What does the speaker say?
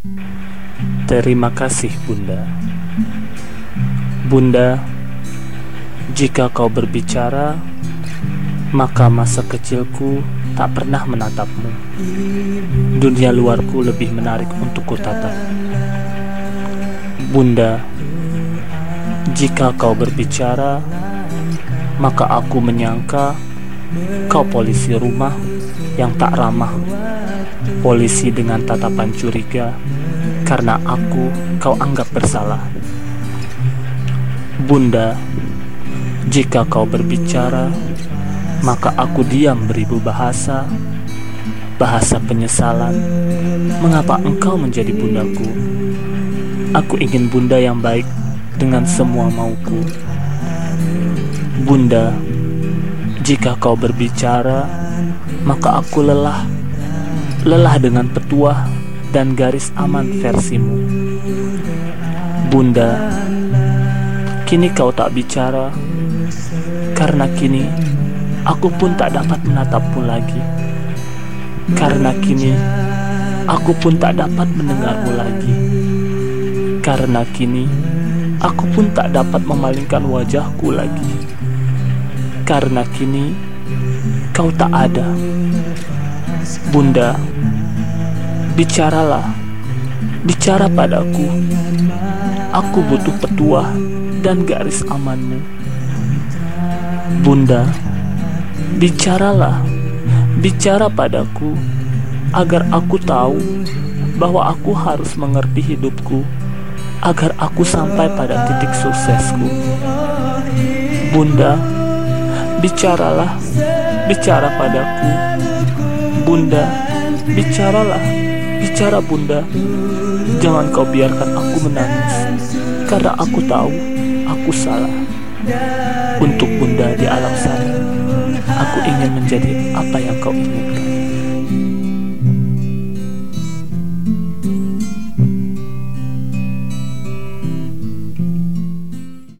Terima kasih, Bunda. Bunda, jika kau berbicara, maka masa kecilku tak pernah menatapmu. Dunia luarku lebih menarik untuk kutatap. Bunda, jika kau berbicara, maka aku menyangka kau polisi rumah yang tak ramah. Polisi dengan tatapan curiga karena kau anggap bersalah. Bunda, jika kau berbicara, maka aku diam beribu bahasa penyesalan. Mengapa engkau menjadi bundaku? Aku ingin bunda yang baik dengan semua mauku. Bunda, jika kau berbicara, maka aku lelah dengan petuah dan garis aman versimu. Bunda, kini kau tak bicara, karena kini aku pun tak dapat menatapmu lagi. Karena kini aku pun tak dapat mendengarmu lagi. Karena kini aku pun tak dapat memalingkan wajahku lagi. Karena kini kau tak ada. Bunda, bicaralah, bicara padaku. Aku butuh petuah dan garis amanmu. Bunda, bicaralah, bicara padaku, agar aku tahu bahwa aku harus mengerti hidupku, agar aku sampai pada titik suksesku. Bunda, bicaralah, bicara padaku. Bunda, bicaralah, bicara Bunda. Jangan kau biarkan aku menangis, karena aku tahu aku salah. Untuk Bunda di alam sana, aku ingin menjadi apa yang kau inginkan.